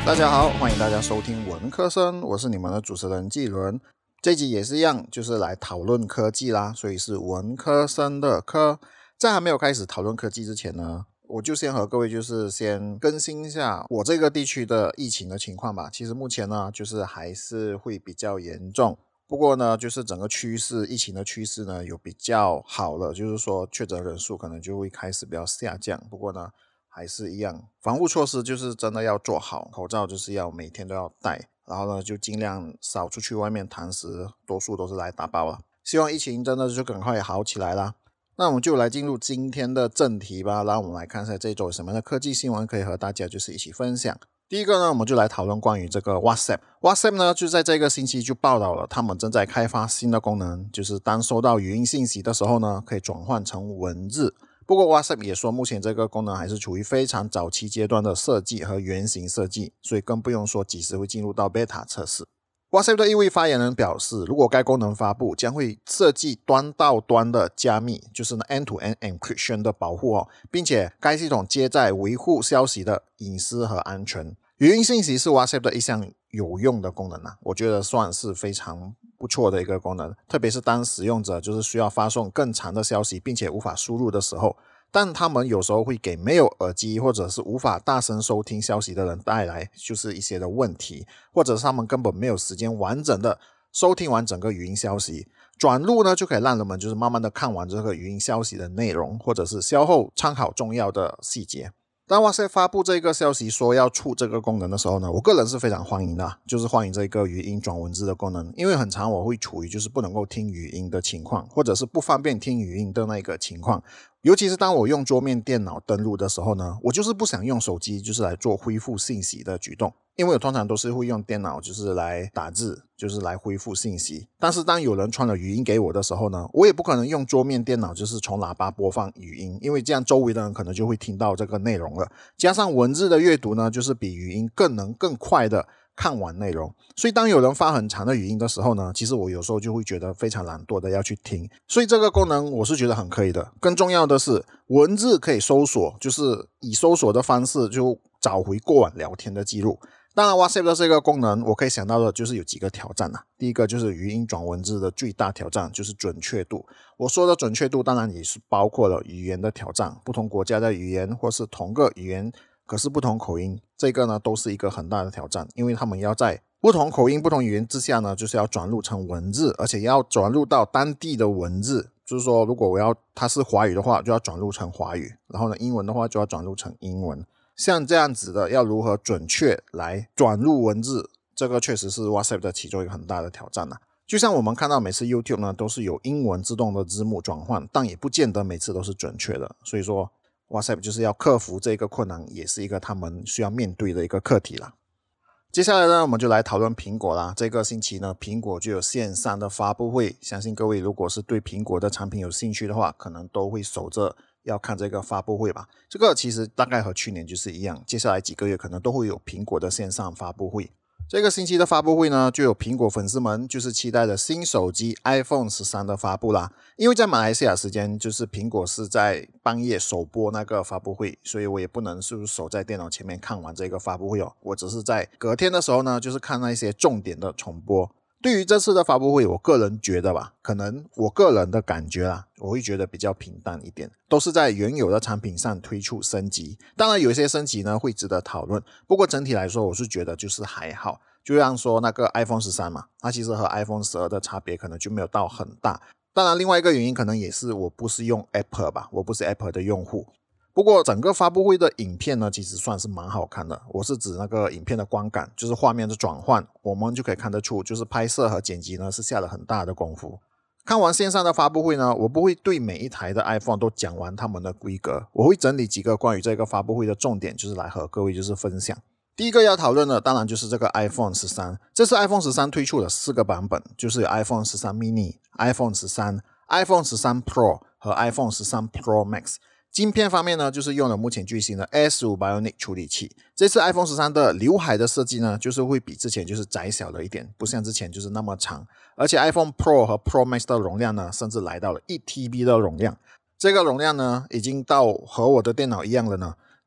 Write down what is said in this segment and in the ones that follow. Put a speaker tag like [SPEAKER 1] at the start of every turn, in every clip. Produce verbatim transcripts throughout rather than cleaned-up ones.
[SPEAKER 1] 大家好，欢迎大家收听文科生，我是你们的主持人纪伦。这集也是一样，就是来讨论科技啦，所以是文科生的科。在还没有开始讨论科技之前呢，我就先和各位就是先更新一下我这个地区的疫情的情况吧。其实目前呢，就是还是会比较严重。不过呢，就是整个趋势，疫情的趋势呢有比较好了，就是说确诊人数可能就会开始比较下降。不过呢，还是一样，防护措施就是真的要做好，口罩就是要每天都要戴，然后呢就尽量少出去外面堂食，多数都是来打包了。希望疫情真的就赶快好起来啦。那我们就来进入今天的正题吧，让我们来看一下这周有什么样的科技新闻可以和大家就是一起分享。第一个呢，我们就来讨论关于这个 WhatsApp。WhatsApp 呢，就在这个星期就报道了，他们正在开发新的功能，就是当收到语音信息的时候呢，可以转换成文字。不过 WhatsApp 也说，目前这个功能还是处于非常早期阶段的设计和原型设计，所以更不用说几时会进入到 beta 测试。WhatsApp 的一位发言人表示，如果该功能发布，将会设计端到端的加密，就是呢 end-to-end encryption 的保护哦，并且该系统皆在维护消息的隐私和安全。语音信息是 WhatsApp 的一项有用的功能啊，我觉得算是非常不错的一个功能，特别是当使用者就是需要发送更长的消息，并且无法输入的时候，但他们有时候会给没有耳机或者是无法大声收听消息的人带来就是一些的问题，或者是他们根本没有时间完整的收听完整个语音消息。转录呢就可以让人们就是慢慢的看完这个语音消息的内容，或者是稍后参考重要的细节。当 WhatsApp 发布这个消息说要出这个功能的时候呢，我个人是非常欢迎的，就是欢迎这个语音转文字的功能，因为很常我会处于就是不能够听语音的情况，或者是不方便听语音的那个情况。尤其是当我用桌面电脑登录的时候呢，我就是不想用手机就是来做恢复信息的举动，因为我通常都是会用电脑就是来打字，就是来恢复信息。但是当有人传了语音给我的时候呢，我也不可能用桌面电脑就是从喇叭播放语音，因为这样周围的人可能就会听到这个内容了。加上文字的阅读呢，就是比语音更能更快的看完内容，所以当有人发很长的语音的时候呢，其实我有时候就会觉得非常懒惰的要去听，所以这个功能我是觉得很可以的。更重要的是文字可以搜索，就是以搜索的方式就找回过往聊天的记录。当然 WhatsApp 的这个功能我可以想到的就是有几个挑战啊。第一个就是语音转文字的最大挑战就是准确度，我说的准确度当然也是包括了语言的挑战，不同国家的语言或是同个语言可是不同口音，这个呢都是一个很大的挑战，因为他们要在不同口音不同语言之下呢，就是要转录成文字，而且要转录到当地的文字，就是说如果我要它是华语的话就要转录成华语，然后呢英文的话就要转录成英文。像这样子的要如何准确来转录文字，这个确实是 WhatsApp 的其中一个很大的挑战啊。就像我们看到每次 YouTube 呢都是有英文自动的字幕转换，但也不见得每次都是准确的，所以说 WhatsApp 就是要克服这个困难，也是一个他们需要面对的一个课题啦。接下来呢，我们就来讨论苹果啦。这个星期呢，苹果就有线上的发布会，相信各位如果是对苹果的产品有兴趣的话，可能都会守着要看这个发布会吧。这个其实大概和去年就是一样，接下来几个月可能都会有苹果的线上发布会。这个星期的发布会呢，就有苹果粉丝们就是期待的新手机 iPhone 十三的发布啦。因为在马来西亚时间就是苹果是在半夜首播那个发布会，所以我也不能是守在电脑前面看完这个发布会哦，我只是在隔天的时候呢就是看那些重点的重播。对于这次的发布会，我个人觉得吧，可能我个人的感觉啦，我会觉得比较平淡一点，都是在原有的产品上推出升级。当然有一些升级呢会值得讨论，不过整体来说我是觉得就是还好。就像说那个 iPhone 十三嘛，它其实和 iPhone 十二的差别可能就没有到很大。当然另外一个原因可能也是我不是用 Apple 吧，我不是 Apple 的用户。不过整个发布会的影片呢其实算是蛮好看的，我是指那个影片的观感，就是画面的转换，我们就可以看得出就是拍摄和剪辑呢是下了很大的功夫。看完线上的发布会呢，我不会对每一台的 iPhone 都讲完他们的规格，我会整理几个关于这个发布会的重点，就是来和各位就是分享。第一个要讨论的当然就是这个 iPhone 十三，这次 iPhone 十三推出了四个版本，就是有 iPhone 十三 mini、iPhone 十三、iPhone 十三 Pro 和 iPhone 十三 Pro Max。晶片方面呢，就是用了目前最新的 A 十五 Bionic 处理器。这次 iPhone 十三的刘海的设计呢，就是会比之前就是窄小了一点，不像之前就是那么长。而且 iPhone Pro 和 Pro Max 的容量呢，甚至来到了 一 T B 的容量。这个容量呢，已经到和我的电脑一样了呢。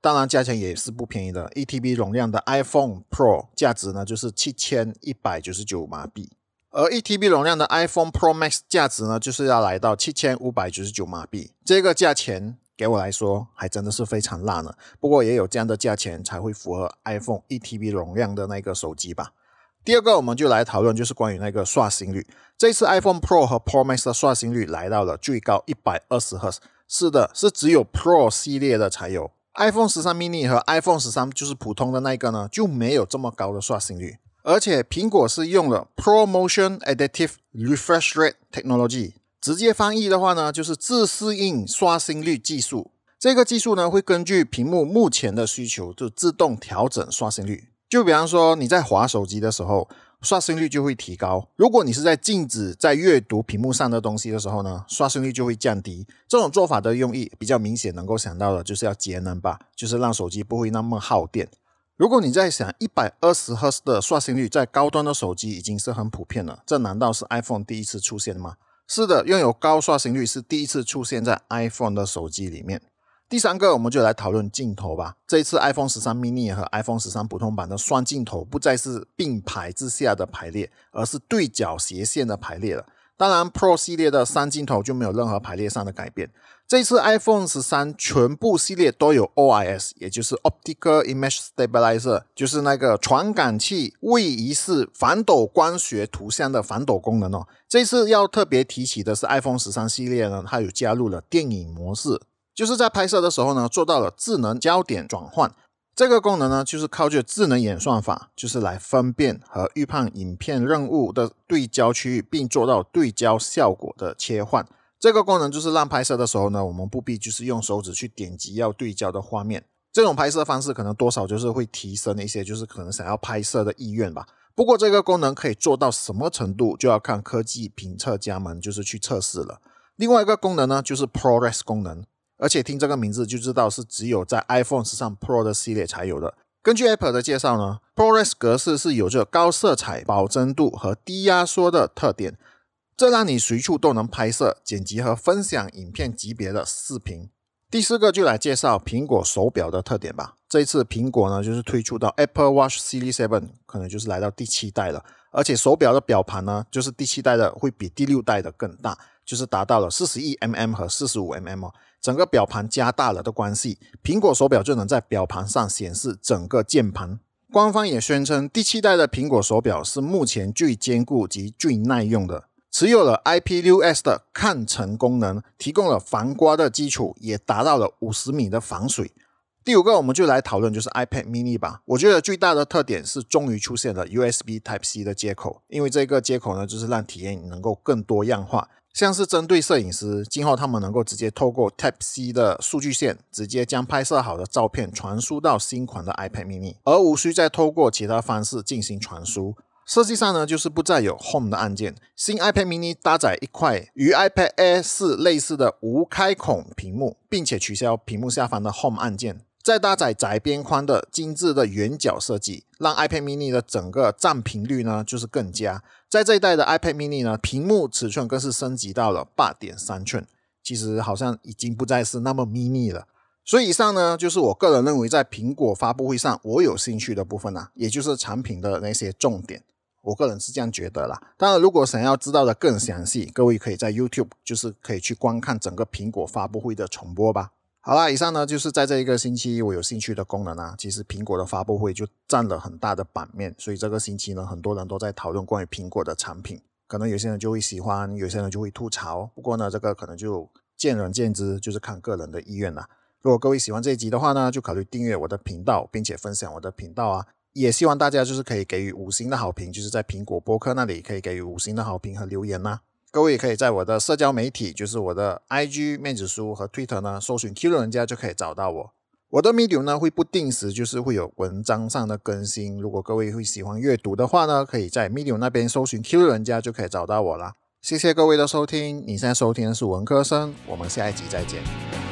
[SPEAKER 1] 当然价钱也是不便宜的， 一 T B 容量的 iPhone Pro 价值呢就是七千一百九十九马币，而 一 T B 容量的 iPhone Pro Max 价值呢就是要来到七千五百九十九马币，这个价钱给我来说还真的是非常辣呢，不过也有这样的价钱才会符合 iPhone 一 T B 容量的那个手机吧。第二个我们就来讨论就是关于那个刷新率，这次 iPhone Pro 和 Pro Max 的刷新率来到了最高一百二十赫兹，是的，是只有 Pro 系列的才有， iPhone 十三 mini 和 iPhone 十三就是普通的那个呢就没有这么高的刷新率，而且苹果是用了 ProMotion Adaptive Refresh Rate Technology， 直接翻译的话呢就是自适应刷新率技术，这个技术呢会根据屏幕目前的需求就自动调整刷新率，就比方说你在滑手机的时候刷新率就会提高，如果你是在静止在阅读屏幕上的东西的时候呢，刷新率就会降低。这种做法的用意比较明显能够想到的就是要节能吧，就是让手机不会那么耗电。如果你在想一百二十赫兹的刷新率在高端的手机已经是很普遍了，这难道是 iPhone 第一次出现吗？是的，拥有高刷新率是第一次出现在 iPhone 的手机里面。第三个我们就来讨论镜头吧，这一次 iPhone 十三 mini 和 iPhone 十三普通版的双镜头不再是并排之下的排列，而是对角斜线的排列了。当然 Pro 系列的三镜头就没有任何排列上的改变。这一次 iPhone 十三全部系列都有 O I S， 也就是 Optical Image Stabilizer， 就是那个传感器位移式反抖光学图像的反抖功能哦。这次要特别提起的是 iPhone 十三系列呢，它有加入了电影模式，就是在拍摄的时候呢做到了智能焦点转换，这个功能呢就是靠着智能演算法，就是来分辨和预判影片任务的对焦区域，并做到对焦效果的切换。这个功能就是让拍摄的时候呢我们不必就是用手指去点击要对焦的画面，这种拍摄方式可能多少就是会提升一些就是可能想要拍摄的意愿吧。不过这个功能可以做到什么程度就要看科技评测家们就是去测试了。另外一个功能呢就是 ProRes 功能，而且听这个名字就知道是只有在 iPhone 十三 Pro 的系列才有的。根据 Apple 的介绍呢 ProRes 格式是有着高色彩、保真度和低压缩的特点，这让你随处都能拍摄、剪辑和分享影片级别的视频。第四个就来介绍苹果手表的特点吧。这一次苹果呢就是推出到 Apple Watch Series 七，可能就是来到第七代了，而且手表的表盘呢就是第七代的会比第六代的更大，就是达到了四十一毫米和四十五毫米哦。整个表盘加大了的关系，苹果手表就能在表盘上显示整个键盘。官方也宣称第七代的苹果手表是目前最坚固及最耐用的，持有了 I P 六 S 的抗尘功能，提供了防刮的基础，也达到了五十米的防水。第五个我们就来讨论就是 iPad mini 吧。我觉得最大的特点是终于出现了 U S B Type C 的接口，因为这个接口呢就是让体验能够更多样化，像是针对摄影师，今后他们能够直接透过 Type C 的数据线直接将拍摄好的照片传输到新款的 iPad mini， 而无需再透过其他方式进行传输。设计上呢就是不再有 Home 的按键，新 iPad mini 搭载一块与 iPad Air 四类似的无开孔屏幕，并且取消屏幕下方的 Home 按键，再搭载窄边框的精致的圆角设计，让 iPad mini 的整个占屏率呢就是更佳。在这一代的 iPad mini 呢，屏幕尺寸更是升级到了 八点三寸，其实好像已经不再是那么 mini 了。所以以上呢就是我个人认为在苹果发布会上我有兴趣的部分啊，也就是产品的那些重点，我个人是这样觉得啦。当然如果想要知道的更详细，各位可以在 YouTube 就是可以去观看整个苹果发布会的重播吧。好啦，以上呢就是在这一个星期我有兴趣的功能啊。其实苹果的发布会就占了很大的版面，所以这个星期呢很多人都在讨论关于苹果的产品，可能有些人就会喜欢，有些人就会吐槽，不过呢这个可能就见仁见智，就是看个人的意愿啦。如果各位喜欢这一集的话呢，就考虑订阅我的频道，并且分享我的频道啊。也希望大家就是可以给予五星的好评，就是在苹果播客那里可以给予五星的好评和留言啊。各位也可以在我的社交媒体，就是我的 I G 面子书和 Twitter 呢，搜寻 Q 六人家就可以找到我。我的 Medium 呢会不定时就是会有文章上的更新，如果各位会喜欢阅读的话呢，可以在 Medium 那边搜寻 Q 六人家就可以找到我啦。谢谢各位的收听，你现在收听的是文科生，我们下一集再见。